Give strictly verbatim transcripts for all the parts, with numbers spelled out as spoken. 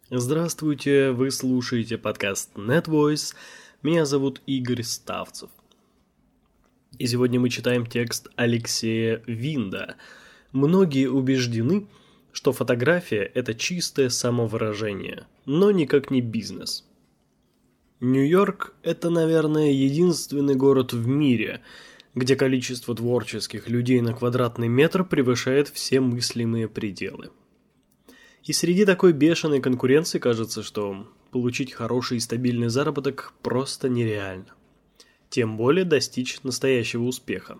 Здравствуйте, вы слушаете подкаст NetVoice. Меня зовут Игорь Ставцев. И сегодня мы читаем текст Алексея Винда. Многие убеждены, что фотография – это чистое самовыражение, но никак не бизнес. Нью-Йорк – это, наверное, единственный город в мире, где количество творческих людей на квадратный метр превышает все мыслимые пределы. И среди такой бешеной конкуренции кажется, что получить хороший и стабильный заработок просто нереально. Тем более достичь настоящего успеха.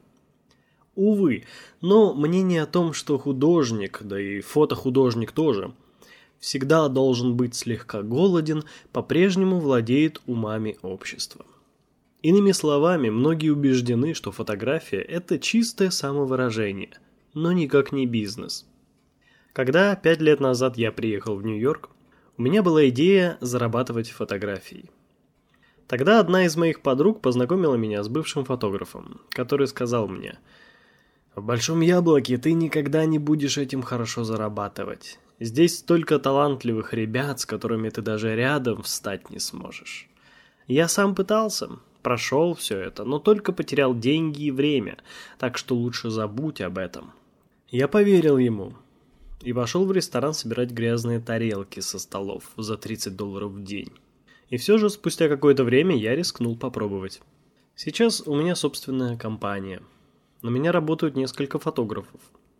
Увы, но мнение о том, что художник, да и фотохудожник тоже, всегда должен быть слегка голоден, по-прежнему владеет умами общества. Иными словами, многие убеждены, что фотография – это чистое самовыражение, но никак не бизнес. Когда пять лет назад я приехал в Нью-Йорк, у меня была идея зарабатывать фотографией. Тогда одна из моих подруг познакомила меня с бывшим фотографом, который сказал мне: «В Большом Яблоке ты никогда не будешь этим хорошо зарабатывать. Здесь столько талантливых ребят, с которыми ты даже рядом встать не сможешь». Я сам пытался, прошел все это, но только потерял деньги и время, так что лучше забудь об этом. Я поверил ему и пошел в ресторан собирать грязные тарелки со столов за тридцать долларов в день. И все же спустя какое-то время я рискнул попробовать. Сейчас у меня собственная компания. На меня работают несколько фотографов.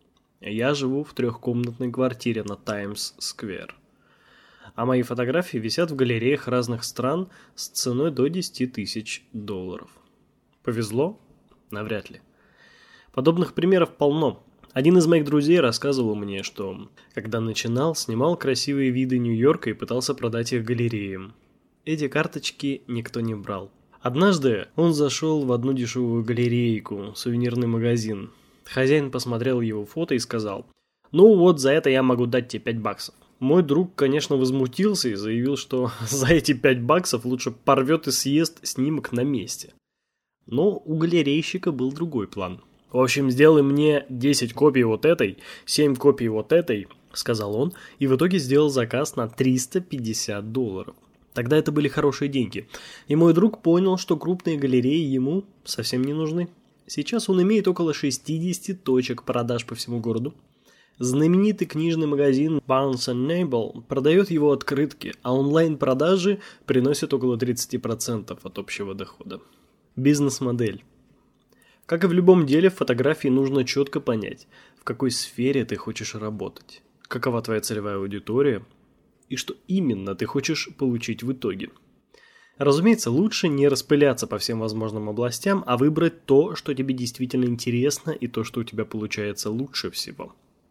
Я живу в трехкомнатной квартире на Таймс-сквер. А мои фотографии висят в галереях разных стран с ценой до десять тысяч долларов. Повезло? Навряд ли. Подобных примеров полно. Один из моих друзей рассказывал мне, что, когда начинал, снимал красивые виды Нью-Йорка и пытался продать их галереям. Эти карточки никто не брал. Однажды он зашел в одну дешевую галерейку, сувенирный магазин. Хозяин посмотрел его фото и сказал: «Ну вот, за это я могу дать тебе пять баксов». Мой друг, конечно, возмутился и заявил, что за эти пять баксов лучше порвет и съест снимок на месте. Но у галерейщика был другой план. «В общем, сделай мне десять копий вот этой, семь копий вот этой», — сказал он, и в итоге сделал заказ на триста пятьдесят долларов. Тогда это были хорошие деньги, и мой друг понял, что крупные галереи ему совсем не нужны. Сейчас он имеет около шестьдесят точек продаж по всему городу. Знаменитый книжный магазин Barnes энд Noble продает его открытки, а онлайн-продажи приносят около тридцать процентов от общего дохода. Бизнес-модель. Как и в любом деле, в фотографии нужно четко понять, в какой сфере ты хочешь работать, какова твоя целевая аудитория и что именно ты хочешь получить в итоге. Разумеется, лучше не распыляться по всем возможным областям, а выбрать то, что тебе действительно интересно и то, что у тебя получается лучше всего.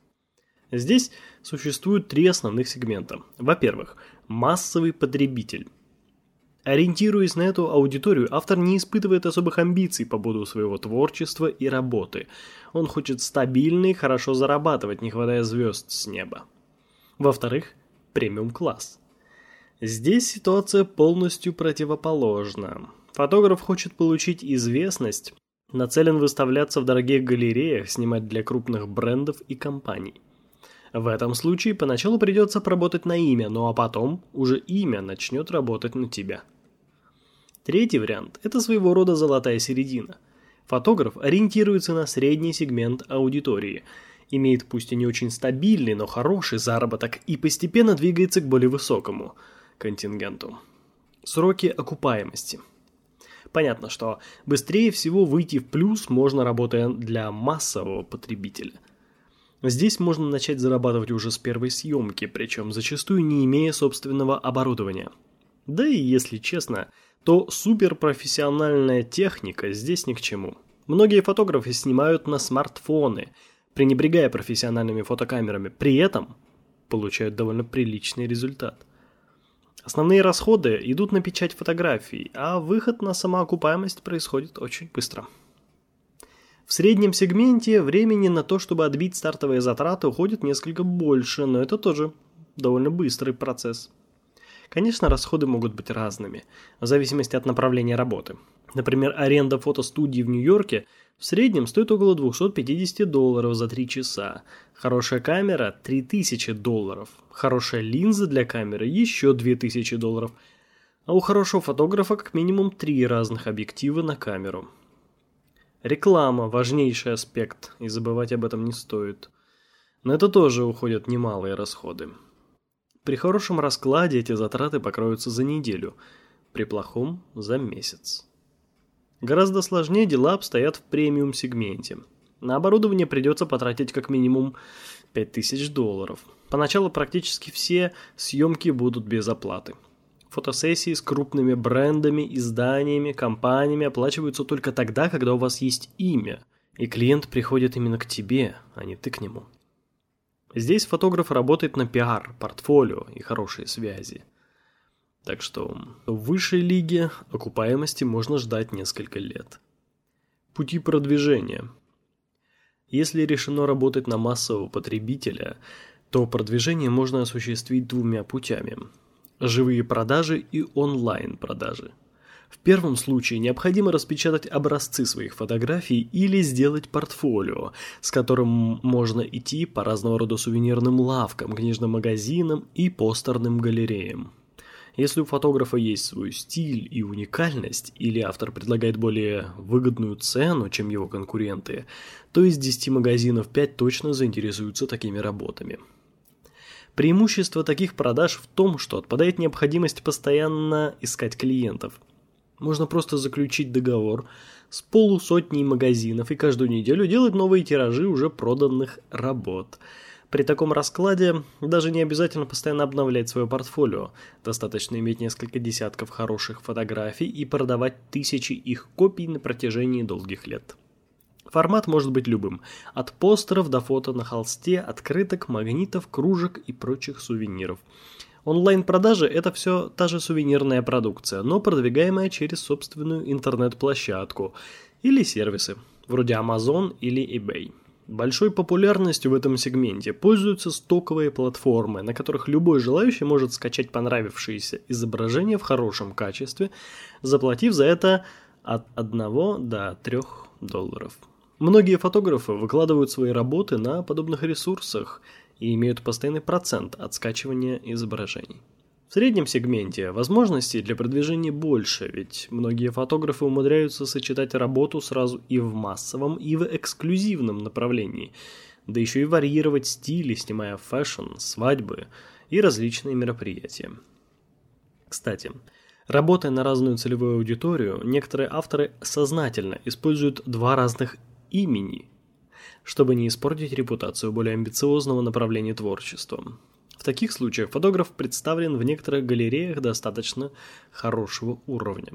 Здесь существуют три основных сегмента. Во-первых, массовый потребитель. Ориентируясь на эту аудиторию, автор не испытывает особых амбиций по поводу своего творчества и работы. Он хочет стабильно и хорошо зарабатывать, не хватая звезд с неба. Во-вторых, премиум-класс. Здесь ситуация полностью противоположна. Фотограф хочет получить известность, нацелен выставляться в дорогих галереях, снимать для крупных брендов и компаний. В этом случае поначалу придется поработать на имя, ну а потом уже имя начнет работать на тебя. Третий вариант – это своего рода золотая середина. Фотограф ориентируется на средний сегмент аудитории, имеет пусть и не очень стабильный, но хороший заработок и постепенно двигается к более высокому контингенту. Сроки окупаемости. Понятно, что быстрее всего выйти в плюс можно, работая для массового потребителя. Здесь можно начать зарабатывать уже с первой съемки, причем зачастую не имея собственного оборудования. Да и если честно, то суперпрофессиональная техника здесь ни к чему. Многие фотографы снимают на смартфоны, пренебрегая профессиональными фотокамерами, при этом получают довольно приличный результат. Основные расходы идут на печать фотографий, а выход на самоокупаемость происходит очень быстро. В среднем сегменте времени на то, чтобы отбить стартовые затраты, уходит несколько больше, но это тоже довольно быстрый процесс. Конечно, расходы могут быть разными, в зависимости от направления работы. Например, аренда фотостудии в Нью-Йорке в среднем стоит около двести пятьдесят долларов за три часа. Хорошая камера – три тысячи долларов. Хорошая линза для камеры – еще две тысячи долларов. А у хорошего фотографа как минимум три разных объектива на камеру. Реклама – важнейший аспект, и забывать об этом не стоит. На это тоже уходят немалые расходы. При хорошем раскладе эти затраты покроются за неделю, при плохом – за месяц. Гораздо сложнее дела обстоят в премиум-сегменте. На оборудование придется потратить как минимум пять тысяч долларов. Поначалу практически все съемки будут без оплаты. Фотосессии с крупными брендами, изданиями, компаниями оплачиваются только тогда, когда у вас есть имя, и клиент приходит именно к тебе, а не ты к нему. Здесь фотограф работает на пиар, портфолио и хорошие связи. Так что в высшей лиге окупаемости можно ждать несколько лет. Пути продвижения. Если решено работать на массового потребителя, то продвижение можно осуществить двумя путями – живые продажи и онлайн-продажи. В первом случае необходимо распечатать образцы своих фотографий или сделать портфолио, с которым можно идти по разного рода сувенирным лавкам, книжным магазинам и постерным галереям. Если у фотографа есть свой стиль и уникальность, или автор предлагает более выгодную цену, чем его конкуренты, то из десяти магазинов пять точно заинтересуются такими работами. Преимущество таких продаж в том, что отпадает необходимость постоянно искать клиентов. Можно просто заключить договор с полусотней магазинов и каждую неделю делать новые тиражи уже проданных работ. При таком раскладе даже не обязательно постоянно обновлять свое портфолио. Достаточно иметь несколько десятков хороших фотографий и продавать тысячи их копий на протяжении долгих лет. Формат может быть любым – от постеров до фото на холсте, открыток, магнитов, кружек и прочих сувениров. Онлайн-продажи – это все та же сувенирная продукция, но продвигаемая через собственную интернет-площадку или сервисы, вроде Amazon или eBay. Большой популярностью в этом сегменте пользуются стоковые платформы, на которых любой желающий может скачать понравившиеся изображения в хорошем качестве, заплатив за это от одного до трёх долларов. Многие фотографы выкладывают свои работы на подобных ресурсах и имеют постоянный процент от скачивания изображений. В среднем сегменте возможностей для продвижения больше, ведь многие фотографы умудряются сочетать работу сразу и в массовом, и в эксклюзивном направлении, да еще и варьировать стили, снимая фэшн, свадьбы и различные мероприятия. Кстати, работая на разную целевую аудиторию, некоторые авторы сознательно используют два разных имени, чтобы не испортить репутацию более амбициозного направления творчества. В таких случаях фотограф представлен в некоторых галереях достаточно хорошего уровня.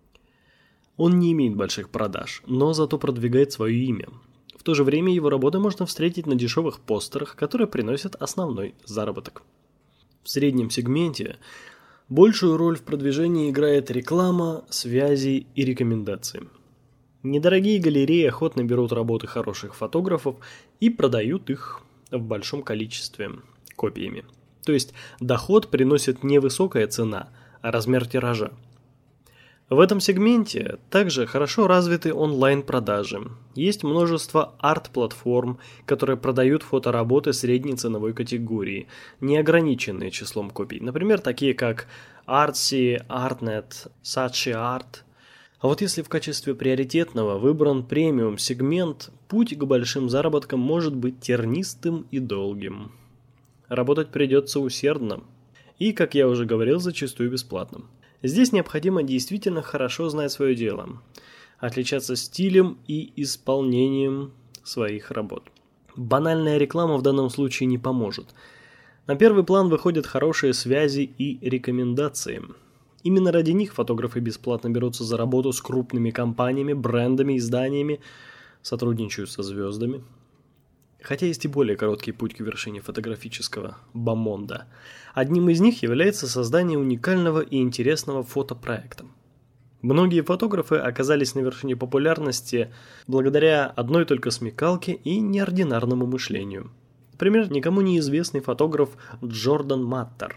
Он не имеет больших продаж, но зато продвигает свое имя. В то же время его работы можно встретить на дешевых постерах, которые приносят основной заработок. В среднем сегменте большую роль в продвижении играет реклама, связи и рекомендации. Недорогие галереи охотно берут работы хороших фотографов и продают их в большом количестве копиями. То есть доход приносит не высокая цена, а размер тиража. В этом сегменте также хорошо развиты онлайн-продажи. Есть множество арт-платформ, которые продают фотоработы средней ценовой категории, не ограниченные числом копий. Например, такие как Artsy, Artnet, Saatchi-Art. А вот если в качестве приоритетного выбран премиум-сегмент, путь к большим заработкам может быть тернистым и долгим. Работать придется усердно и, как я уже говорил, зачастую бесплатно. Здесь необходимо действительно хорошо знать свое дело, отличаться стилем и исполнением своих работ. Банальная реклама в данном случае не поможет. На первый план выходят хорошие связи и рекомендации. Именно ради них фотографы бесплатно берутся за работу с крупными компаниями, брендами, изданиями, сотрудничают со звездами. Хотя есть и более короткий путь к вершине фотографического бомонда. Одним из них является создание уникального и интересного фотопроекта. Многие фотографы оказались на вершине популярности благодаря одной только смекалке и неординарному мышлению. Например, никому неизвестный фотограф Джордан Маттер.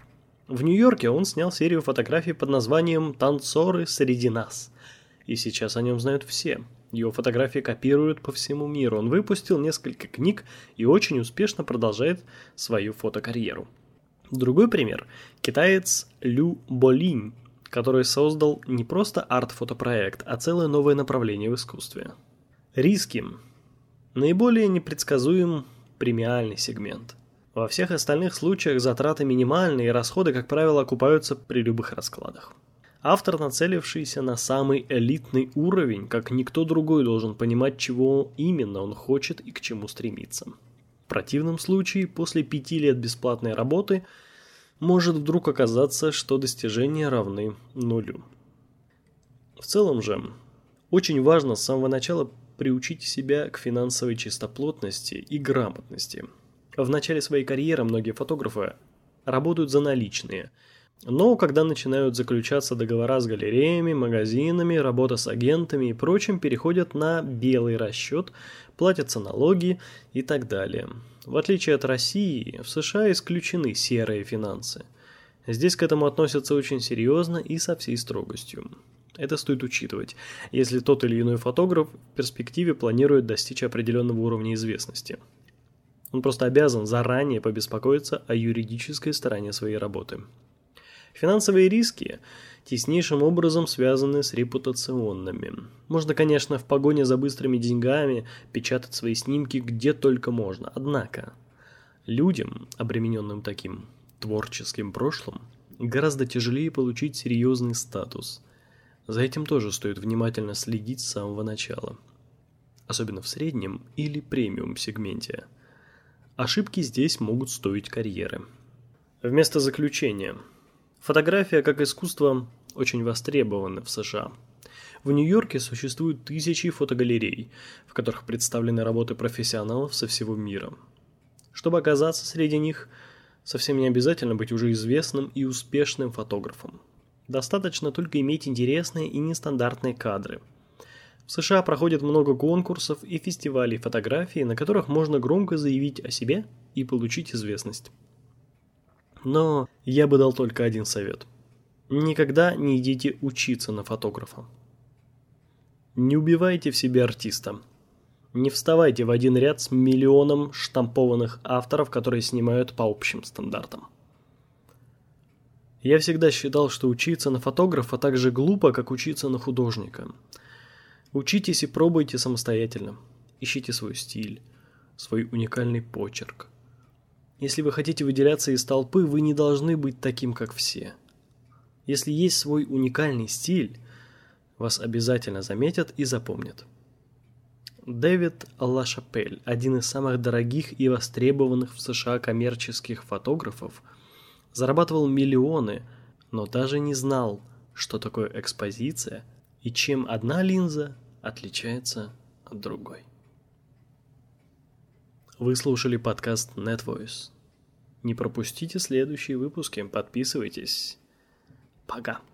В Нью-Йорке он снял серию фотографий под названием «Танцоры среди нас». И сейчас о нем знают все. Его фотографии копируют по всему миру. Он выпустил несколько книг и очень успешно продолжает свою фотокарьеру. Другой пример – китаец Лю Болинь, который создал не просто арт-фотопроект, а целое новое направление в искусстве. Риски – наиболее непредсказуем премиальный сегмент. Во всех остальных случаях затраты минимальные и расходы, как правило, окупаются при любых раскладах. Автор, нацелившийся на самый элитный уровень, как никто другой, должен понимать, чего именно он хочет и к чему стремится. В противном случае, после пяти лет бесплатной работы, может вдруг оказаться, что достижения равны нулю. В целом же, очень важно с самого начала приучить себя к финансовой чистоплотности и грамотности. В начале своей карьеры многие фотографы работают за наличные, но когда начинают заключаться договора с галереями, магазинами, работа с агентами и прочим, переходят на белый расчет, платятся налоги и так далее. В отличие от России, в США исключены серые финансы. Здесь к этому относятся очень серьезно и со всей строгостью. Это стоит учитывать, если тот или иной фотограф в перспективе планирует достичь определенного уровня известности. Он просто обязан заранее побеспокоиться о юридической стороне своей работы. Финансовые риски теснейшим образом связаны с репутационными. Можно, конечно, в погоне за быстрыми деньгами печатать свои снимки где только можно. Однако людям, обремененным таким творческим прошлым, гораздо тяжелее получить серьезный статус. За этим тоже стоит внимательно следить с самого начала. Особенно в среднем или премиум сегменте. Ошибки здесь могут стоить карьеры. Вместо заключения. Фотография как искусство очень востребована в США. В Нью-Йорке существуют тысячи фотогалерей, в которых представлены работы профессионалов со всего мира. Чтобы оказаться среди них, совсем не обязательно быть уже известным и успешным фотографом. Достаточно только иметь интересные и нестандартные кадры. В США проходит много конкурсов и фестивалей фотографии, на которых можно громко заявить о себе и получить известность. Но я бы дал только один совет. Никогда не идите учиться на фотографа. Не убивайте в себе артиста. Не вставайте в один ряд с миллионом штампованных авторов, которые снимают по общим стандартам. Я всегда считал, что учиться на фотографа так же глупо, как учиться на художника. Учитесь и пробуйте самостоятельно. Ищите свой стиль, свой уникальный почерк. Если вы хотите выделяться из толпы, вы не должны быть таким, как все. Если есть свой уникальный стиль, вас обязательно заметят и запомнят. Дэвид Лашапель, один из самых дорогих и востребованных в США коммерческих фотографов, зарабатывал миллионы, но даже не знал, что такое экспозиция и чем одна линза отличается от другой. Вы слушали подкаст NetVoice. Не пропустите следующие выпуски, подписывайтесь. Пока.